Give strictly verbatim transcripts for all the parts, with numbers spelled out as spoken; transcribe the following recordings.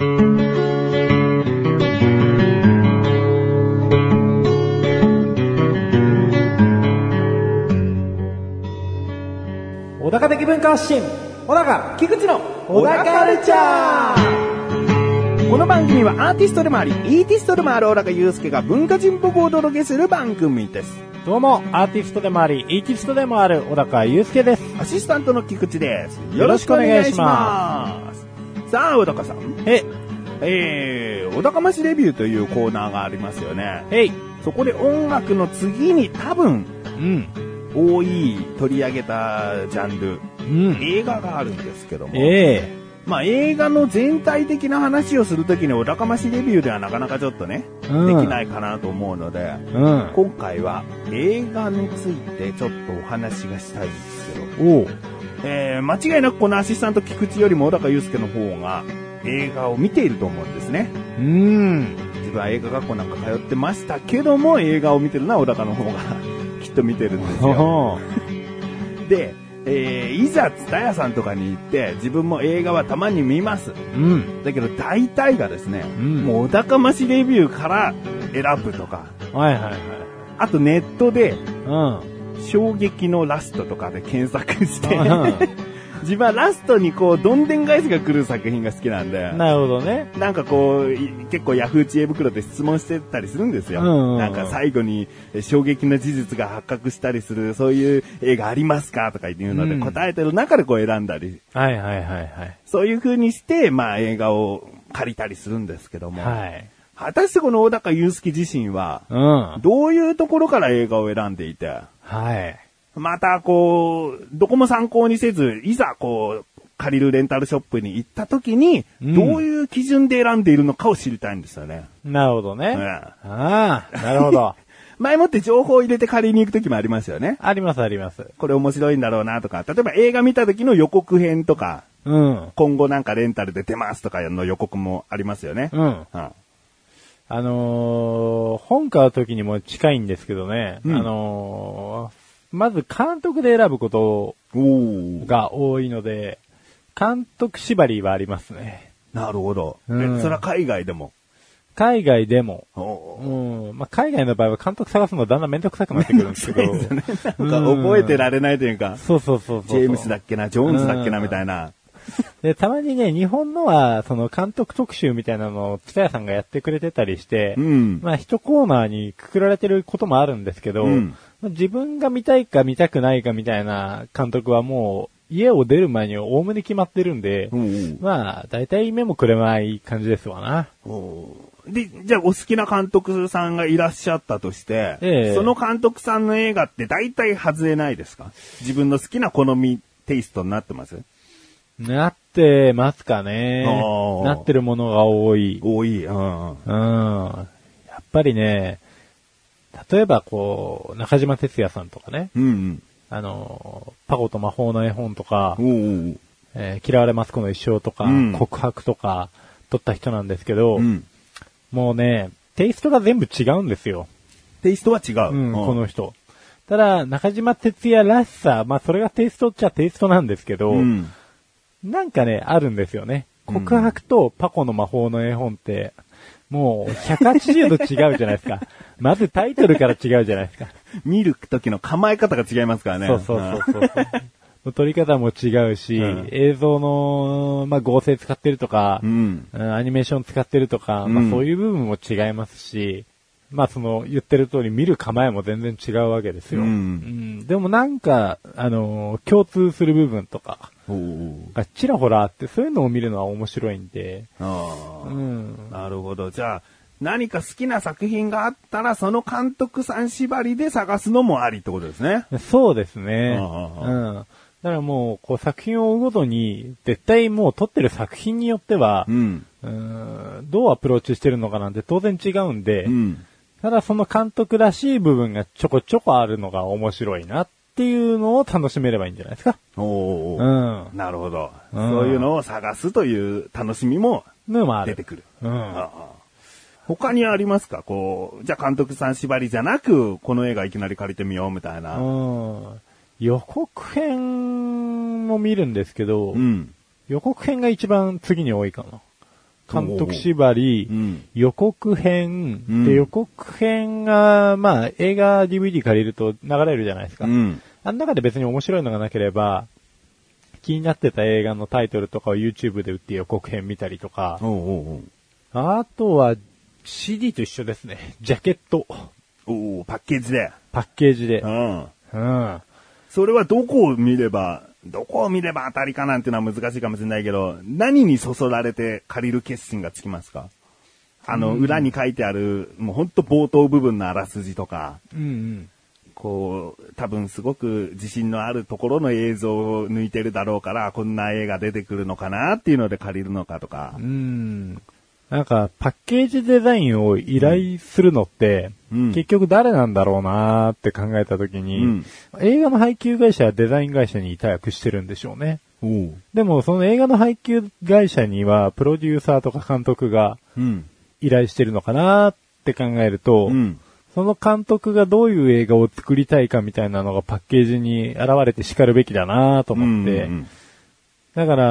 小高的文化発信、小高菊池の小高カルチャー。 この番組はアーティストでもありイーティストでもある小高祐介が文化人っぽくお届けする番組です。 どうもアーティストでもありイーティストでもある小高祐介です。 アシスタントの菊池です。 よろしくお願いします。 さあ小高さん、 ええー、小高ましレビューというコーナーがありますよね。 えい。 そこで音楽の次に多分うん多い取り上げたジャンル、 うん、 映画があるんですけども、 ええまあ映画の全体的な話をするときに小高ましレビューではなかなかちょっとね、うん、できないかなと思うので、 うん、 今回は映画についてちょっとお話がしたいんですけど、 おう、 えー、間違いなくこのアシスタント菊池よりも小高祐介の方が映画を見ていると思うんですね。 うん、 自分は映画学校なんか通ってましたけども、映画を見てるのは小高の方がきっと見てるんですよ。で、えー、いざツタヤさんとかに行って自分も映画はたまに見ます、 うん、 だけど大体がですね、 うん、 もう小高ましレビューから選ぶとか、 はいはいはい、 あとネットで、 うん、 衝撃のラストとかで検索して自分はラストにこうどんでん返しが来る作品が好きなんで。 なるほどね。 なんかこう結構ヤフー知恵袋で質問してたりするんですよ、うんうんうん、なんか最後に衝撃の事実が発覚したりするそういう映画ありますかとかいうので答えてる中でこう選んだり、うん、 はいはいはいはい、 そういう風にしてまあ映画を借りたりするんですけども、 はい、 果たしてこの小高祐介自身は、うん、どういうところから映画を選んでいて、 はい、 またこうどこも参考にせずいざこう借りるレンタルショップに行った時に、うん、どういう基準で選んでいるのかを知りたいんですよね。 なるほどね。 うん、 ああ、なるほど。 前もって情報を入れて借りに行く時もありますよね。 ありますあります。 これ面白いんだろうなとか、例えば映画見た時の予告編とか、 うん、 今後なんかレンタルで出ますとかの予告もありますよね。 うん。うん、あのー、本買う時にも近いんですけどね、うん、あのー、まず監督で選ぶことが多いので、監督縛りはありますね。 なるほど。 うん、 それは海外でも海外でも、うんまあ、海外の場合は監督探すのだんだんめんどくさくなってくるんですけど、 ね、なんか覚えてられないというか、 うん、そうそうそうそう、 ジェームスだっけな、ジョーンズだっけな、うん、みたいな。 で、たまにね、日本のは、その監督特集みたいなのを、つたやさんがやってくれてたりして、うん、まあ一コーナーにくくられてることもあるんですけど、うん、自分が見たいか見たくないかみたいな監督はもう、家を出る前におおむね決まってるんで、うんうん、まあ、大体目もくれない感じですわな。 で、じゃあお好きな監督さんがいらっしゃったとして、ええ、その監督さんの映画って大体外れないですか？自分の好きな好みテイストになってます？ なってますかね。なってるものが多い。 多い。うん。うん。 やっぱりね、例えばこう、中島哲也さんとかね。 うんうん。 あの、パコと魔法の絵本とか、 おうおうえー、嫌われます子の一生とか、うん、告白とか、撮った人なんですけど、うん、もうね、テイストが全部違うんですよ。 テイストは違う。 うん、この人。ただ、中島哲也らしさ、まあそれがテイストっちゃテイストなんですけど、うん、なんかね、あるんですよね。告白とパコの魔法の絵本って、もうひゃくはちじゅうど違うじゃないですか。まずタイトルから違うじゃないですか。 見る時の構え方が違いますからね。 そうそうそうそう。撮り方も違うし、うん、映像の、まあ、合成使ってるとか、うん、アニメーション使ってるとか、うん、まあ、そういう部分も違いますし、まあその言ってる通り見る構えも全然違うわけですよ。うんうん、でもなんか、あのー、共通する部分とか、がちらほらあって、そういうのを見るのは面白いんで。 あ、うん、なるほど。じゃあ、何か好きな作品があったら、その監督さん縛りで探すのもありってことですね。 そうですね。うん。だからもう、こう作品を追うごとに、絶対もう撮ってる作品によっては、うん、うーんどうアプローチしてるのかなんて当然違うんで、うん、ただその監督らしい部分がちょこちょこあるのが面白いなっていうのを楽しめればいいんじゃないですか。 おー、うん、なるほど、うん。そういうのを探すという楽しみも出てくる。うん、ああ他にありますか？こう、じゃあ監督さん縛りじゃなく、この映画いきなり借りてみようみたいな。 うん予告編も見るんですけど、うん、予告編が一番次に多いかな。 監督縛り、うん、予告編、うん、で、予告編が、まあ、映画 ディーブイディー 借りると流れるじゃないですか。うん、あの中で別に面白いのがなければ、気になってた映画のタイトルとかを YouTube で売って予告編見たりとか、おうおうおう、あとは シーディー と一緒ですね。ジャケット。 おお、パッケージで。 パッケージで。 うん。うん。それはどこを見れば、どこを見れば当たりかなんていうのは難しいかもしれないけど、何にそそられて借りる決心がつきますか？あの、裏に書いてある、もうほんと冒頭部分のあらすじとか、うんうん、こう、多分すごく自信のあるところの映像を抜いてるだろうから、こんな映画出てくるのかなっていうので借りるのかとか。 うん。なんか、パッケージデザインを依頼するのって、うん、結局誰なんだろうなーって考えたときに、うん、映画の配給会社はデザイン会社に委託してるんでしょうね。でも、その映画の配給会社には、プロデューサーとか監督が依頼してるのかなーって考えると、うん、その監督がどういう映画を作りたいかみたいなのがパッケージに現れて叱るべきだなーと思って、うんうん、だから、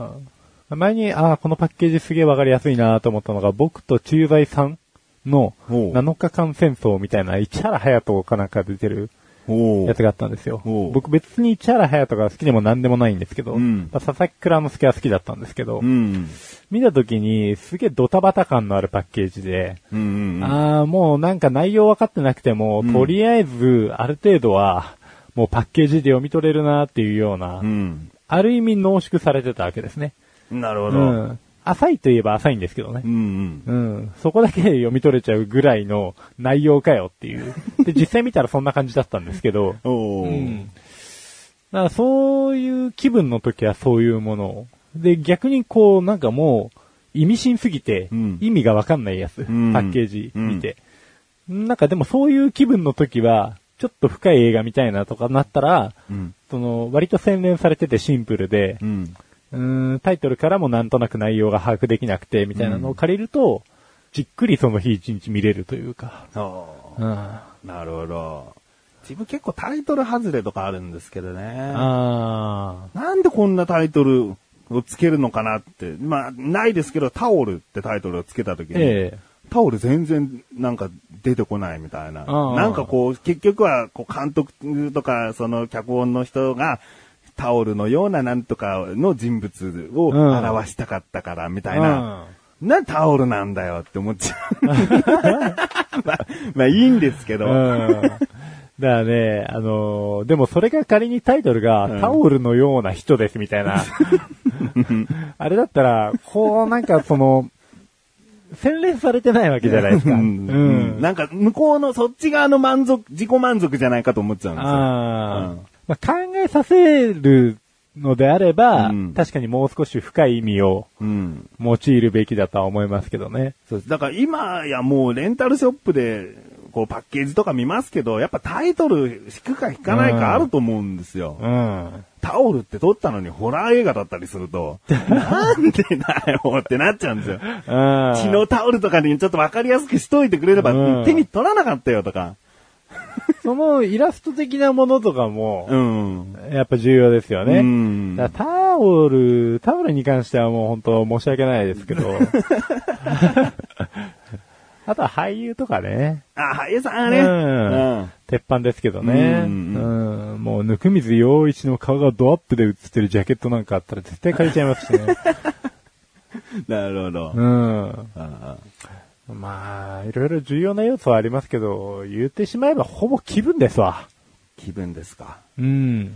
前に、ああ、このパッケージすげえわかりやすいなと思ったのが、僕と駐在さんのなのかかん戦争みたいな市原隼人かなんか出てるやつがあったんですよ。僕別に市原隼人が好きでも何でもないんですけど、うん、佐々木蔵之介は好きだったんですけど、うん、見たときにすげえドタバタ感のあるパッケージで、うんうんうん、ああ、もうなんか内容分かってなくても、うん、とりあえずある程度はもうパッケージで読み取れるなっていうような、うん、ある意味濃縮されてたわけですね。 なるほど、 うん。浅いといえば浅いんですけどね。うんうん。うん。そこだけで読み取れちゃうぐらいの内容かよっていう。で、実際見たらそんな感じだったんですけど。おー。うん。だからそういう気分の時はそういうものを。で、逆にこう、なんかもう、意味深すぎて、意味がわかんないやつ、うん、パッケージ見て、うん。なんかでもそういう気分の時は、ちょっと深い映画みたいなとかなったら、うん、その、割と洗練されててシンプルで、うんうーんタイトルからもなんとなく内容が把握できなくてみたいなのを借りると、うん、じっくりその日一日見れるというか。 うん、なるほど。自分結構タイトル外れとかあるんですけどね。あなんでこんなタイトルをつけるのかなって。まあ、ないですけど、タオルってタイトルをつけた時に、ええ、タオル全然なんか出てこないみたいな。なんかこう、結局はこう監督とかその脚本の人が、タオルのようななんとかの人物を表したかったからみたいな、うん、なタオルなんだよって思っちゃう。まあ、まあいいんですけど。うん、 だからね、あのー、でもそれが仮にタイトルが、うん、タオルのような人ですみたいな。あれだったら、こうなんかその、洗練されてないわけじゃないですか。うんうん、なんか向こうのそっち側の満足、自己満足じゃないかと思っちゃうんですよ。あうんまあ、考えさせるのであれば、うん、確かにもう少し深い意味を用いるべきだとは思いますけどね。 そうです。だから今やもうレンタルショップでこうパッケージとか見ますけど、やっぱタイトル引くか引かないかあると思うんですよ。うん、タオルって撮ったのにホラー映画だったりすると、なんでだよってなっちゃうんですよ。血のタオルとかにちょっとわかりやすくしといてくれれば、うん、手に取らなかったよとか。 そのイラスト的なものとかも、うん、やっぱ重要ですよね。うん、だタオル、タオルに関してはもう本当申し訳ないですけど。あとは俳優とかね。 あ、俳優さんね、うんうん。鉄板ですけどね。うんうんうん、もう、温水洋一の顔がドアップで映ってるジャケットなんかあったら絶対借りちゃいますしね。 なるほど。うん。ああまあ、いろいろ重要な要素はありますけど、言ってしまえばほぼ気分ですわ。 気分ですか。うん。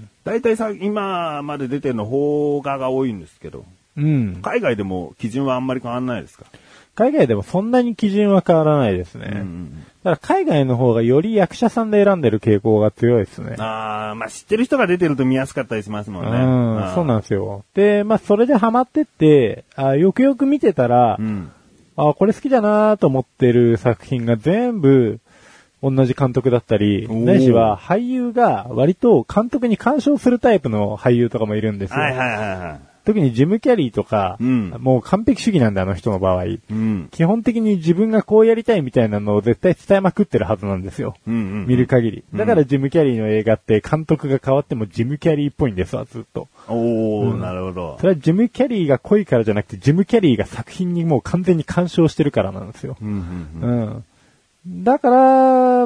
大体さ、今まで出てるの邦画が多いんですけど、うん。海外でも基準はあんまり変わんないですか？ 海外でもそんなに基準は変わらないですね。うんうん、だから海外の方がより役者さんで選んでる傾向が強いですね。 ああ、まあ知ってる人が出てると見やすかったりしますもんね。 うん、そうなんですよ。で、まあそれでハマってって、あよくよく見てたら、うんあ、これ好きだなと思ってる作品が全部同じ監督だったり、ないしは俳優が割と監督に干渉するタイプの俳優とかもいるんですよ。はいはいはいはい。 特にジムキャリーとか、うん、もう完璧主義なんだ、あの人の場合、うん。基本的に自分がこうやりたいみたいなのを絶対伝えまくってるはずなんですよ。うんうんうん、見る限り。だからジムキャリーの映画って監督が変わってもジムキャリーっぽいんですわ、ずっと。 おー、うん、なるほど。 それはジムキャリーが濃いからじゃなくて、ジムキャリーが作品にもう完全に干渉してるからなんですよ。うんうんうんうんだから、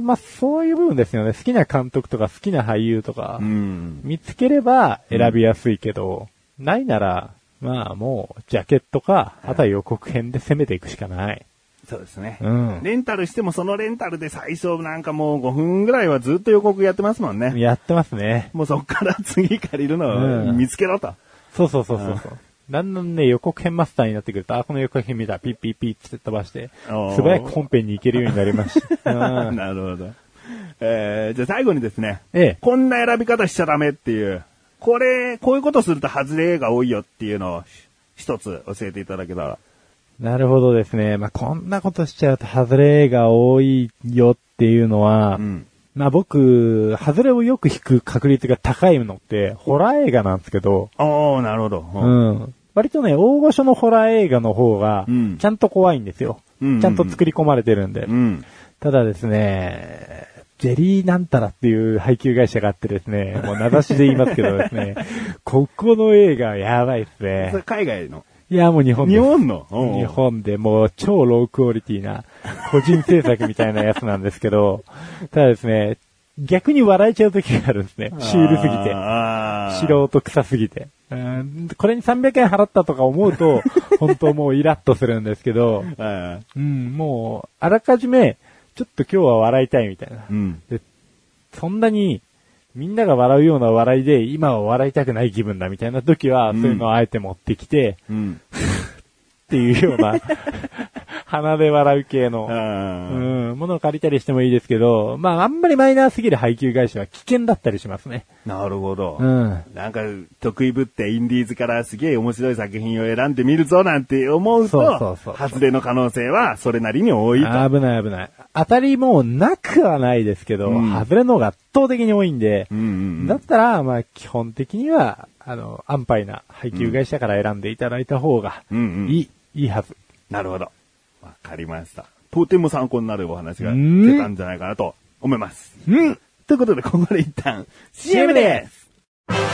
まあ、そういう部分ですよね。好きな監督とか好きな俳優とか、見つければ選びやすいけど、うん、ないなら、まあもう、ジャケットか、あとは予告編で攻めていくしかない。 そうですね。うん。レンタルしてもそのレンタルで最初なんかもうごふんぐらいはずっと予告やってますもんね。 やってますね。 もうそっから次借りるのを見つけろと。うん、 そうそうそうそう。うんだんだんね、予告編マスターになってくると、あ、この予告編見た、ピッピッピッって飛ばして、素早く本編に行けるようになりました。 なるほど。えー、じゃあ最後にですね、ええ、こんな選び方しちゃダメっていう、これ、こういうことすると外れが多いよっていうのを一つ教えていただけたら。 なるほどですね。まあ、こんなことしちゃうと外れが多いよっていうのは、うん、まあ僕、外れをよく引く確率が高いのって、ホラー映画なんですけど。 ああ、なるほど。 うん。うん割とね、大御所のホラー映画の方が、ちゃんと怖いんですよ。うん、ちゃんと作り込まれてるんで。うん、ただですね、ジェリーなんたらっていう配給会社があってですね、もう名指しで言いますけどですね、ここの映画やばいですね。 それ海外のいや、もう日本で。日本の日本でもう超ロークオリティな個人制作みたいなやつなんですけど、ただですね、逆に笑えちゃう時があるんですね。シュールすぎて。素人臭すぎて。うんこれにさんびゃくえん払ったとか思うと、本当もうイラッとするんですけど、うん、もう、あらかじめ、ちょっと今日は笑いたいみたいな、うん、で。そんなに、みんなが笑うような笑いで、今は笑いたくない気分だみたいな時は、うん、そういうのをあえて持ってきて、うん、っていうような、鼻で笑う系の、うん、ものを借りたりしてもいいですけど、まああんまりマイナーすぎる配給会社は危険だったりしますね。 なるほど。うん、なんか得意ぶってインディーズからすげえ面白い作品を選んでみるぞなんて思うと、そうそうそうそう外れの可能性はそれなりに多いと。 危ない危ない。当たりもなくはないですけど、うん、外れの方が圧倒的に多いんで、うんうんうん、だったらまあ基本的にはあの安牌な配給会社から選んでいただいた方がいい、うんうん、いいはず。 なるほど。わかりました。とても参考になるお話が出たんじゃないかなと思います。うん。ということで、ここで一旦 シーエム です。ホット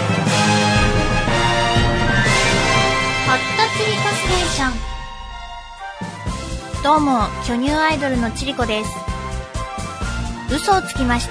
チリコステーション。どうも、巨乳アイドルのチリコです。嘘をつきました。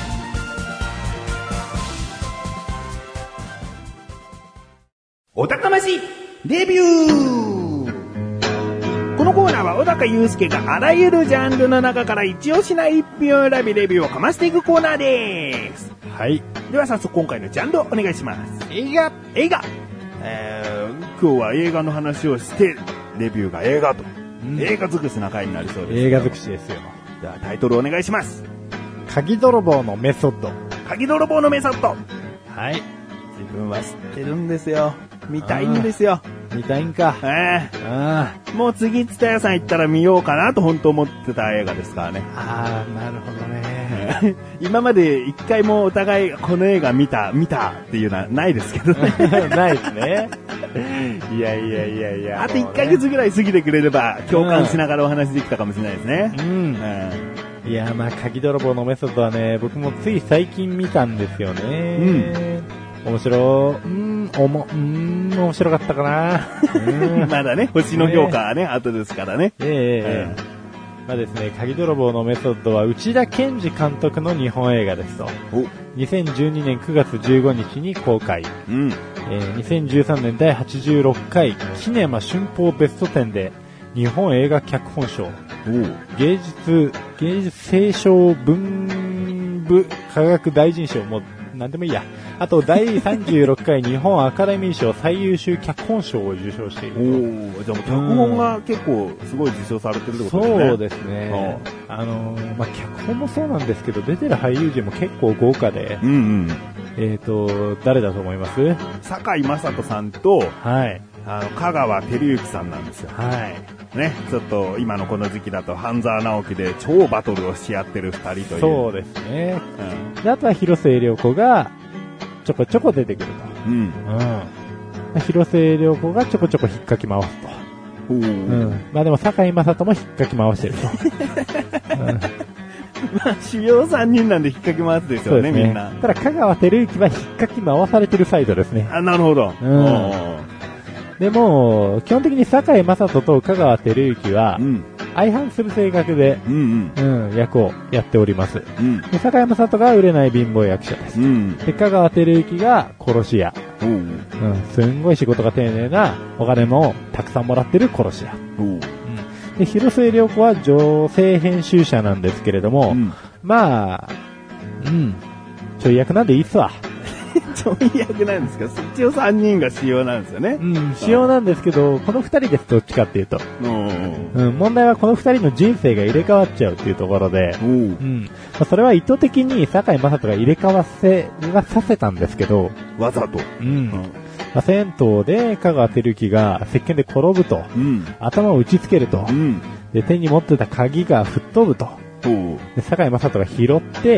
お高ましレビュー。このコーナーは小高祐介があらゆるジャンルの中から一押しな一品を選びレビューをかましていくコーナーです。 はい。 では早速今回のジャンルをお願いします。 映画映画えー、今日は映画の話をしてレビューが映画と、うん、映画尽くしな回になりそうです。 映画尽くしですよ。 ではタイトルお願いします。 鍵泥棒のメソッド。 鍵泥棒のメソッド。 はい。 自分は知ってるんですよ。見たいんですよ。 見たいんか。 ええー、あもう次ツタヤさん行ったら見ようかなと本当思ってた映画ですからね。 ああ、なるほどね。 今まで一回もお互いこの映画見た、見たっていうのはないですけどね。 ないですね。いやいやいやいや。 あといっかげつぐらい過ぎてくれれば共感しながらお話できたかもしれないですね。うん。 うん、いや、まあ、鍵泥棒のメソッドはね、僕もつい最近見たんですよね。うん。面白い。うん、おも、うん、面白かったかな。 うん、まだね、星の評価はね、ね後ですからね。 ええええ。まあですね、鍵泥棒のメソッドは内田健二監督の日本映画ですと。にせんじゅうにねんくがつじゅうごにちに公開。うん。えー、にせんじゅうさんねんだいはちじゅうろっかいキネマ春報ベストテンで日本映画脚本賞。芸術、芸術聖賞文部科学大臣賞もなんでもいいや。あと、だいさんじゅうろっかい日本アカデミー賞最優秀脚本賞を受賞している。 おじゃあもう脚本が結構すごい受賞されてるってことですね。 そうですね。あのー、まあ、脚本もそうなんですけど、出てる俳優陣も結構豪華で。うんうん。えっと、誰だと思います？ 堺雅人さんと、 はい。 あの、香川照之さんなんですよ。 はい。 ね、ちょっと今のこの時期だと半沢直樹で超バトルをし合ってる二人という。 そうですね。うん。で、あとは広末涼子がちょこちょこ出てくると。うん。うん。 まあ、広末涼子がちょこちょこ引っかき回すと。うん。まあでも、堺雅人も引っかき回してると。うん、 まあ、主要さんにんなんで引っかき回すですよね、ねみんな。 ただ、香川照之は引っかき回されてるサイドですね。 あ、なるほど。うん。 でも、基本的に堺雅人と香川照之は、うん、相反する性格で、うんうんうん、役をやっております。うん、で堺雅人が売れない貧乏役者です。うん、で香川照之が殺し屋。うん、すんごい仕事が丁寧な、お金もたくさんもらってる殺し屋。うん、で広末涼子は女性編集者なんですけれども、うん、まあ、うん、ちょい役なんでいいっすわ。 ちょい役なんですか？一応さんにんが主要なんですよね。 うん、主要なんですけど、このふたりです、どっちかっていうと。うん、問題はこのふたりの人生が入れ替わっちゃうっていうところで、うん、まあ、それは意図的に堺雅人が入れ替わせ、はさせたんですけど、 わざと。うん。うんまあ、銭湯で香川照之が石鹸で転ぶと、うん、頭を打ちつけると、うん、で、手に持ってた鍵が吹っ飛ぶと、で堺雅人が拾って、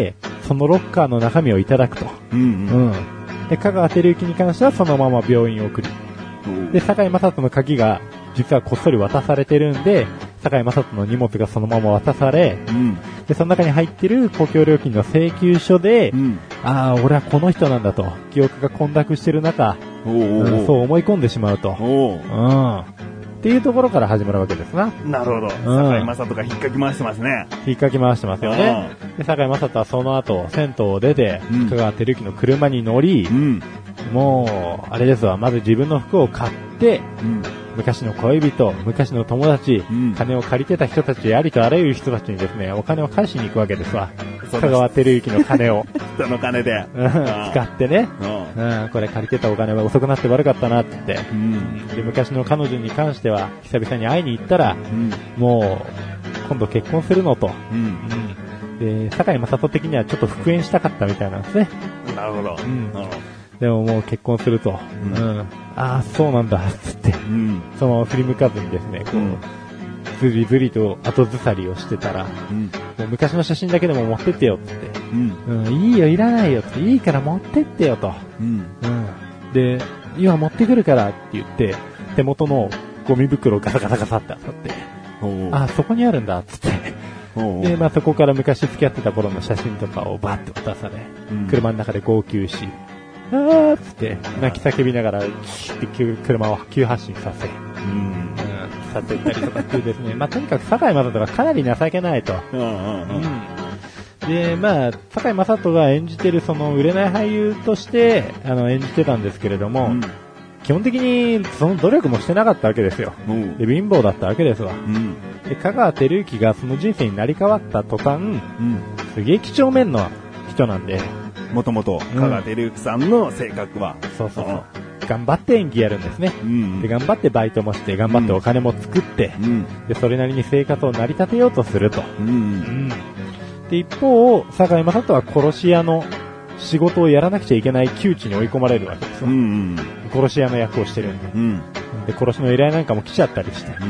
そのロッカーの中身をいただくと。うんうんうんで、香川照之に関してはそのまま病院を送り。で、堺雅人の鍵が実はこっそり渡されてるんで、堺雅人の荷物がそのまま渡され、うん、で、その中に入ってる公共料金の請求書で、うん、ああ、俺はこの人なんだと、記憶が混濁してる中、おうおうおううん、そう思い込んでしまうと。おううんっていうところから始まるわけですな。 なるほど。堺雅人が引っかき回してますね。 引っかき回してますよね。で、堺雅人はその後、銭湯を出て、うん、香川照之の車に乗り、うん、もう、あれですわ、まず自分の服を買って、うん、昔の恋人、昔の友達、うん、金を借りてた人たち、ありとあらゆる人たちにですね、お金を返しに行くわけですわ。香川照之の金を。 人の金で。 使ってね、うん。これ借りてたお金は遅くなって悪かったなって、うん、で。昔の彼女に関しては、久々に会いに行ったら、うん、もう、今度結婚するのと。うんうん、で、堺雅人的にはちょっと復縁したかったみたいなんですね。 なるほど。うん、 でももう結婚すると。うんうん、ああ、そうなんだ、つって、うん。そのまま振り向かずにですね、こう、うんずりずりと後ずさりをしてたら、うん、もう昔の写真だけでも持ってってよって、うんうん、いいよいらないよっていいから持ってってよと、うんうん、で今持ってくるからって言って手元のゴミ袋をガサガサガサって当たってあそこにあるんだっつってで、まあ、そこから昔付き合ってた頃の写真とかをバッと渡され、うん、車の中で号泣しあーっつって泣き叫びながらキーって車を急発進させ、うんさせたりとかっていうですね、まあ、とにかく堺雅人がかなり情けないと。うんうんうんうん、で、まあ、堺雅人が演じてるその売れない俳優としてあの演じてたんですけれども、うん、基本的にその努力もしてなかったわけですよ。うん、で貧乏だったわけですわ。うん、で香川照之がその人生に成り変わった途端、うん、すげえ几帳面の人なんで。 もともと香川照之さんの性格は、 うん、そうそうそう。頑張って演技やるんですね、うんうん、で頑張ってバイトもして頑張ってお金も作って、うん、でそれなりに生活を成り立てようとすると、うんうん、で一方堺雅人は殺し屋の仕事をやらなくちゃいけない窮地に追い込まれるわけですよ、うんうん、殺し屋の役をしてるんで、うん、で殺しの依頼なんかも来ちゃったりして、うん、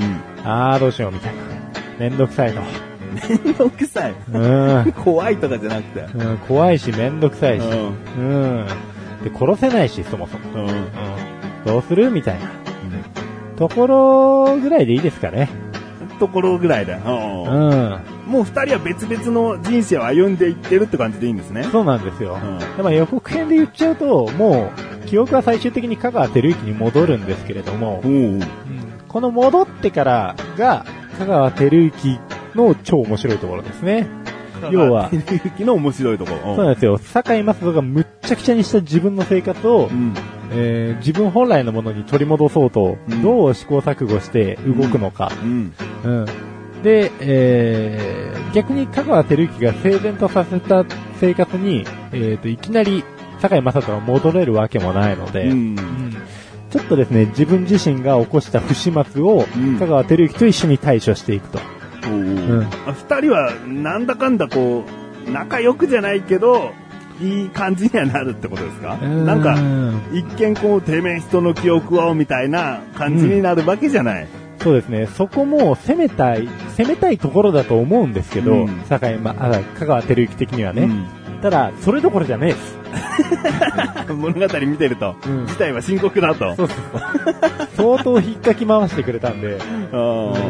ああどうしようみたいなめんどくさいとめんどくさい、うん、怖いとかじゃなくて、 うん、怖いしめんどくさいし、うん、うんで殺せないしそもそも、うんうん、どうするみたいな、うん、ところぐらいでいいですかね。 ところぐらいだよ、うんうん、もう二人は別々の人生を歩んでいってるって感じでいいんですね。 そうなんですよ、うん、でも予告編で言っちゃうともう記憶は最終的に香川照之に戻るんですけれども、うん、この戻ってからが香川照之の超面白いところですね。要は照之の面白いところ、 そうなんですよ。堺雅人がむっちゃくちゃにした自分の生活を、うんえー、自分本来のものに取り戻そうと、うん、どう試行錯誤して動くのか、うんうんうん、で、えー、逆に香川照之が整然とさせた生活に、えー、といきなり堺雅人が戻れるわけもないので、うんうん、ちょっとですね自分自身が起こした不始末を、うん、香川照之と一緒に対処していくと。 うん、二人はなんだかんだこう仲良くじゃないけどいい感じにはなるってことですか？なんか一見こうてめえ人の記憶をみたいな感じになるわけじゃない、うん、 そうですね。そこも攻めたい攻めたいところだと思うんですけど、うん、堺まあ香川照之的にはね、うん、 ただ、それどころじゃねえっす。 物語見てると、うん、事態は深刻だと。 そうそうそう。相当引っかき回してくれたんで、うん、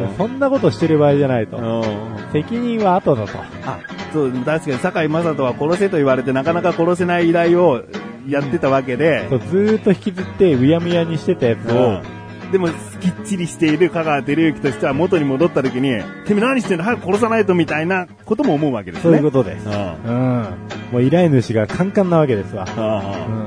そんなことしてる場合じゃないと。責任は後だと。 あ、そう、確かに堺雅人は殺せと言われてなかなか殺せない依頼をやってたわけで、 そう、ずーっと引きずってうやむやにしてたやつを、 うん、でもきっちりしている香川照之としては元に戻った時に、てめえ何してんの早く殺さないとみたいなことも思うわけですね。 そういうことです。うん。うん、もう依頼主がカンカンなわけですわ。うん、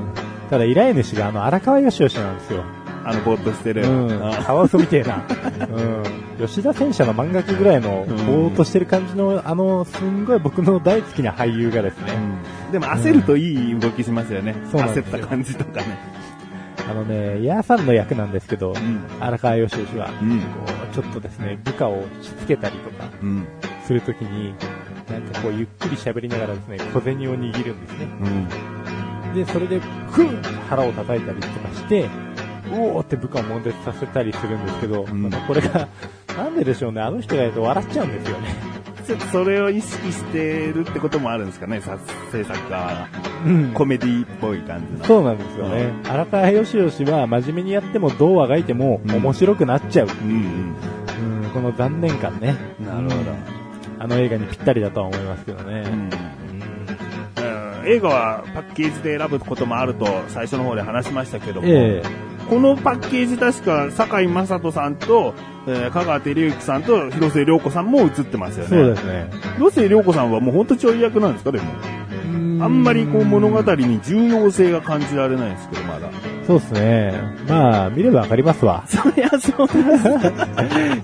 ただ依頼主があの荒川よしよしなんですよ。 あのぼーっとしてる。 うん。カワウソみてえな。うん。吉田戦車の漫画ぐらいのぼーっとしてる感じの、あの、すんごい僕の大好きな俳優がですね。 うん、でも焦るといい動きしますよね。うん、焦った感じとかね。 あのね、ヤーさんの役なんですけど、うん、荒川よしよしは、うん、こうちょっとですね、部下をしつけたりとか、するときに、なんかこうゆっくり喋りながらですね、小銭を握るんですね。うん、で、それで、ふんと腹を叩いたりとかして、おーって部下を悶絶させたりするんですけど、うん、これが、なんででしょうね、あの人がやると笑っちゃうんですよね。 ちょっとそれを意識してるってこともあるんですかね、制作側は。うん。コメディっぽい感じの。 そうなんですよね。うん、荒川よしよしは真面目にやってもどうあがいても面白くなっちゃう。うん。うんうん、この残念感ね。 なるほど、うん。 あの映画にぴったりだとは思いますけどね。うんうん、映画はパッケージで選ぶこともあると最初の方で話しましたけども、えー、このパッケージ確か堺雅人さんと、えー、香川照之さんと広末涼子さんも映ってますよね。 そうですね。 広末涼子さんはもうほんとちょい役なんですか？でもあんまりこう物語に重要性が感じられないんですけど、まだ。 そうですね。まあ見ればわかりますわ。 そりゃそうです。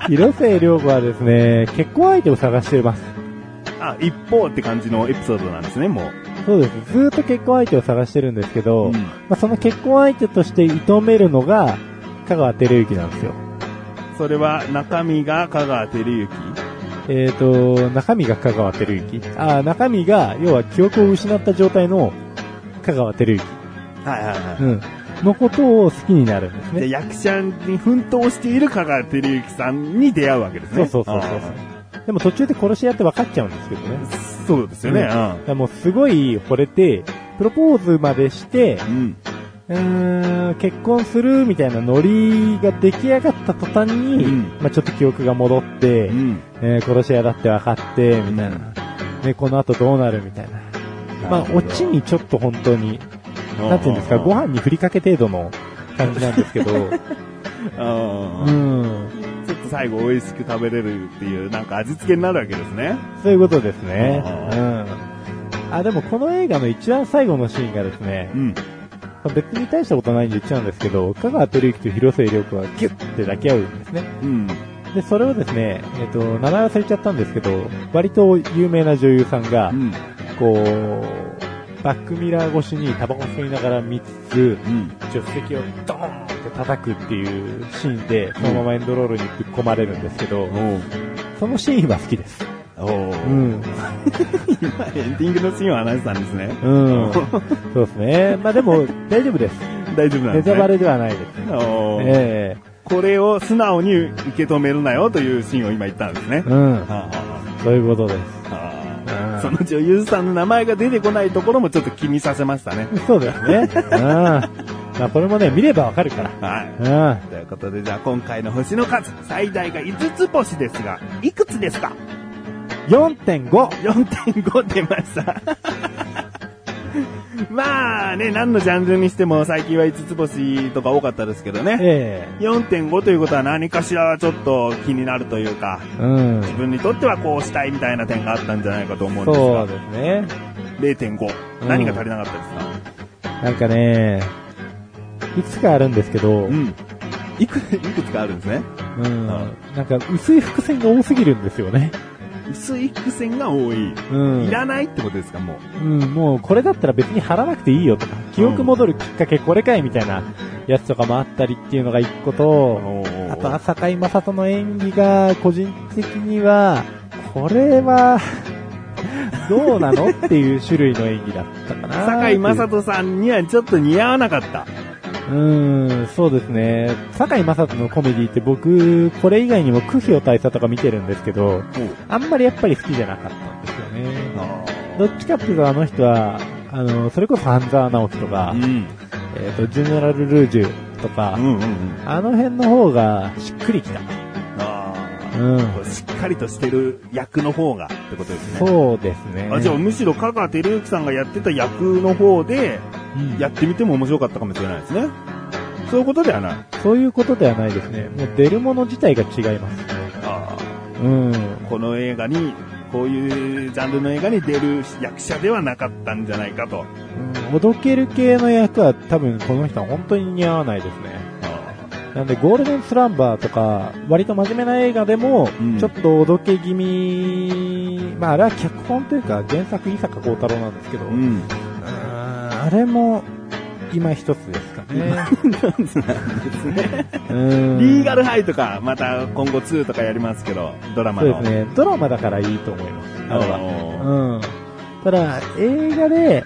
広末涼子はですね、結婚相手を探しています。 あ、一方って感じのエピソードなんですね、もう。 そうです。ずーっと結婚相手を探してるんですけど、うん、まあ、その結婚相手として射止めるのが香川照之なんですよ。 それは中身が香川照之？ えっと、中身が香川照之？あ、中身が、要は記憶を失った状態の香川照之。 はいはいはい。うん。 のことを好きになるんですね。 で、役者に奮闘している香川照之さんに出会うわけですね。 そうそうそうそう。でも途中で殺し屋って分かっちゃうんですけどね。 そうですよね。 うん、もうすごい惚れて、プロポーズまでして、うん、うーん結婚するみたいなノリが出来上がった途端に、うん、まあ、ちょっと記憶が戻って、うん、えー、殺し屋だって分かって、みたいな。で、この後どうなるみたいな。まあ、オチにちょっと本当に、なんていうんですか、ご飯にふりかけ程度の感じなんですけど、 あうん、ちょっと最後美味しく食べれるっていうなんか味付けになるわけですね。 そういうことですね。うん。あ、でもこの映画の一番最後のシーンがですね、うん、別に大したことないんで言っちゃうんですけど、香川照之と広末涼子がギュッて抱き合うんですね。うん。で、それをですね、えっと、名前忘れちゃったんですけど、割と有名な女優さんが、うん、こう、バックミラー越しにタバコ吸いながら見つつ、うん、助手席をドーンって叩くっていうシーンで、そのままエンドロールにぶっ込まれるんですけど、うん、そのシーンは好きです。 おー。うん。今、エンディングのシーンを話したんですね。 うん。そうですね。まあでも、大丈夫です。 大丈夫なんですね。 ネタバレではないです。 おー。えー、これを素直に受け止めるなよというシーンを今言ったんですね。うん。はあはあ、そういうことです。はあその女優さんの名前が出てこないところもちょっと気にさせましたね。 そうですね。うん。まあこれもね、見ればわかるから。 はい。うん。ということで、じゃあ今回の星の数、最大がいつつ星ですが、いくつですか？ よんてんご。 よんてんご 出ました。まあね、何のジャンルにしても最近はいつつ星とか多かったですけどね。ええー。よんてんご ということは何かしらちょっと気になるというか、うん、自分にとってはこうしたいみたいな点があったんじゃないかと思うんですが。 そうですね。 れいてんご、うん。何が足りなかったですか？なんかね、いくつかあるんですけど、うん、 いく、いくつかあるんですね。 うん。うん、なんか薄い伏線が多すぎるんですよね。 薄い伏線が多い、うん。いらないってことですか、もう。うん、もうこれだったら別に貼らなくていいよとか、記憶戻るきっかけこれかいみたいなやつとかもあったりっていうのが一個と、あとは堺雅人の演技が個人的には、これは、どうなのっていう種類の演技だったかな。 堺雅人さんにはちょっと似合わなかった。 うーん、そうですね。堺雅人のコメディって僕、これ以外にもクヒオ大佐とか見てるんですけど、あんまりやっぱり好きじゃなかったんですよね。 どっちかっていうとあの人は、あの、それこそ半沢直樹とか、うん、えっ、ー、と、ジェネラル・ルージュとか、うんうんうん、あの辺の方がしっくりきた。 ああ、うん、しっかりとしてる役の方がってことですね。 そうですね。 あ、じゃあむしろ香川照之さんがやってた役の方で、やってみても面白かったかもしれないですね。そういうことではない。 そういうことではないですね。もう出るもの自体が違います。 ああ、うん。この映画に、こういうジャンルの映画に出る役者ではなかったんじゃないかと。 うん、おどける系の役は多分この人は本当に似合わないですね。あ、なんでゴールデンスランバーとか割と真面目な映画でもちょっとおどけ気味、うん、まああれは脚本というか原作伊坂幸太郎なんですけど、うん、あ, あれも今一つですかね。 なんですね。リーガルハイとかまた今後ツーとかやりますけど、ドラマの。 そうですね。ドラマだからいいと思います。あれは。うん。ただ映画で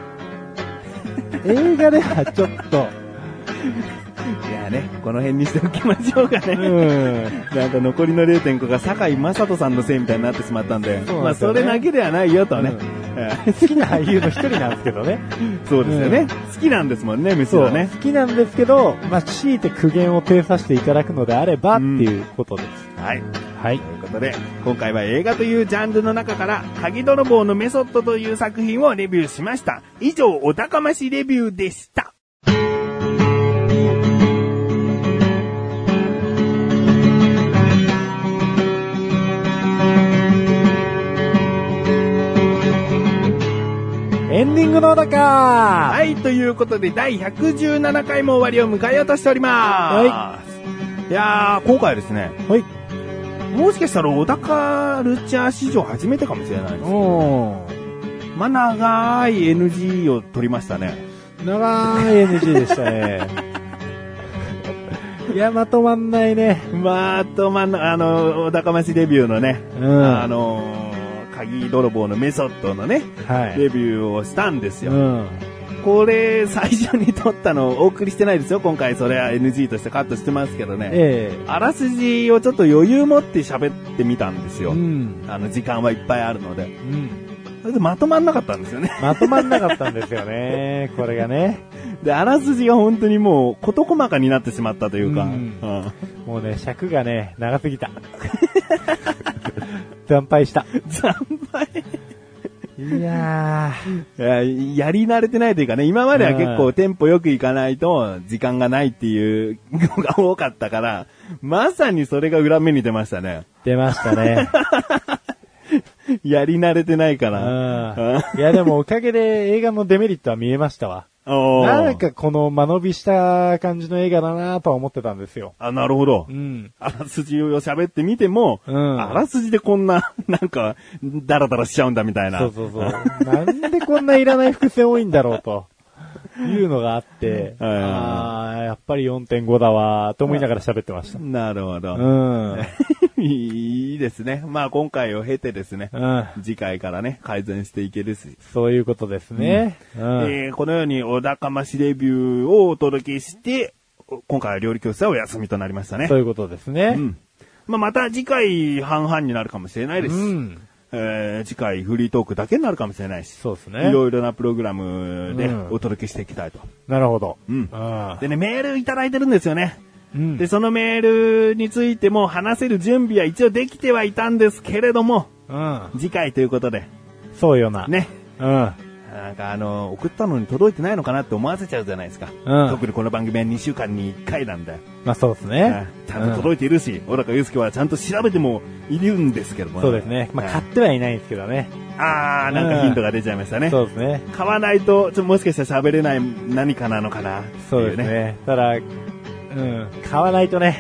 映画ではちょっといやね、この辺にしておきましょうかね。うん。なんか残りの れいてんご が堺雅人さんのせいみたいになってしまったんで、そ、ね、まあそれだけではないよとね。 うん、好きな俳優の一人なんですけどね。 そうですよね、うん。好きなんですもんね、むしろね。 好きなんですけど、まあ強いて苦言を呈させていただくのであれば、うん、っていうことです。 はい。はい。ということで、今回は映画というジャンルの中から、鍵泥棒のメソッドという作品をレビューしました。以上、お高ましレビューでした。 エンディングのだかはい、ということでだいひゃくじゅうななかいも終わりを迎えようとしております。はい。いやー、今回はですね。はい。もしかしたら小田カルチャー史上初めてかもしれないです。おー。まあ、長い エヌジー を取りましたね。 長い エヌジー でしたね。いや、まとまんないね。 まとまんない。あの、小高ましレビューのね。うん。あのー、鍵泥棒のメソッドのね、はい、レビューをしたんですよ。うん、これ、最初に撮ったのをお送りしてないですよ。今回それは エヌジー としてカットしてますけどね。ええ、あらすじをちょっと余裕持って喋ってみたんですよ。うん、あの、時間はいっぱいあるので。うん、それでまとまんなかったんですよね。 まとまんなかったんですよね。これがね。 で、あらすじが本当にもう、事細かになってしまったというか。うんうん、 もうね、尺がね、長すぎた。惨敗した。 惨敗いやー。や、やり慣れてないというかね、今までは結構テンポよくいかないと時間がないっていうのが多かったから、まさにそれが裏目に出ましたね。 出ましたね。 やり慣れてないから。 いやでもおかげで映画のデメリットは見えましたわ。なんかこの間延びした感じの映画だなとは思ってたんですよ。 あ、なるほど。うん。あらすじを喋ってみても、うん、あらすじでこんな、なんか、ダラダラしちゃうんだみたいな。 そうそうそう。なんでこんないらない伏線多いんだろうと。いうのがあって、ああ、やっぱり よんてんご だわ、と思いながら喋ってました。 なるほど。うん。いいですね。まあ今回を経てですね、うん、次回からね、改善していけるし。 そういうことですね。 うんうん、えー、このようにお高ましレビューをお届けして、今回は料理教室はお休みとなりましたね。 そういうことですね。うん。 まあまた次回半々になるかもしれないです。うん。えー、次回フリートークだけになるかもしれないし。 そうですね。 いろいろなプログラムでお届けしていきたいと。 うん、なるほど。 うん。でね、メールいただいてるんですよね。うん、で、そのメールについても話せる準備は一応できてはいたんですけれども、うん、次回ということで。 そうよな。 ね。うん。なんかあの、送ったのに届いてないのかなって思わせちゃうじゃないですか。うん、特にこの番組はにしゅうかんにいっかいなんで。 まあそうですね。 ちゃんと届いているし、小高祐介はちゃんと調べてもいるんですけども、ね。 そうですね。まあ買ってはいないんですけどね。 あー、なんかヒントが出ちゃいましたね。 うん、そうですね。 買わないと、ちょもしかしたら喋れない何かなのかな、ね。 そうですね。ただ、うん、買わないとね。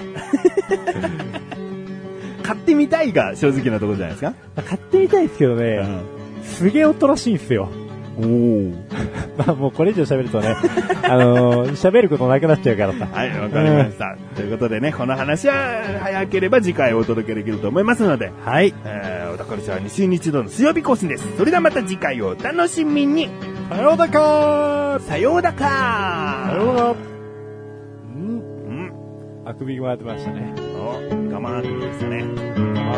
買ってみたいが正直なところじゃないですか。 買ってみたいですけどね、うん、すげえ音らしいんですよ。 おー。 まあもうこれ以上喋るとね、あのー、喋ることなくなっちゃうからさ。 はい、わかりました、うん。ということでね、この話は早ければ次回お届けできると思いますので、 はい。 えー、小田カルチャーに週に一度の水曜日更新です。それではまた次回をお楽しみに。 さようだかーさようだかーさようだうん。うん。あくびが回ってましたね。 お、我慢あくびでしたね。 我慢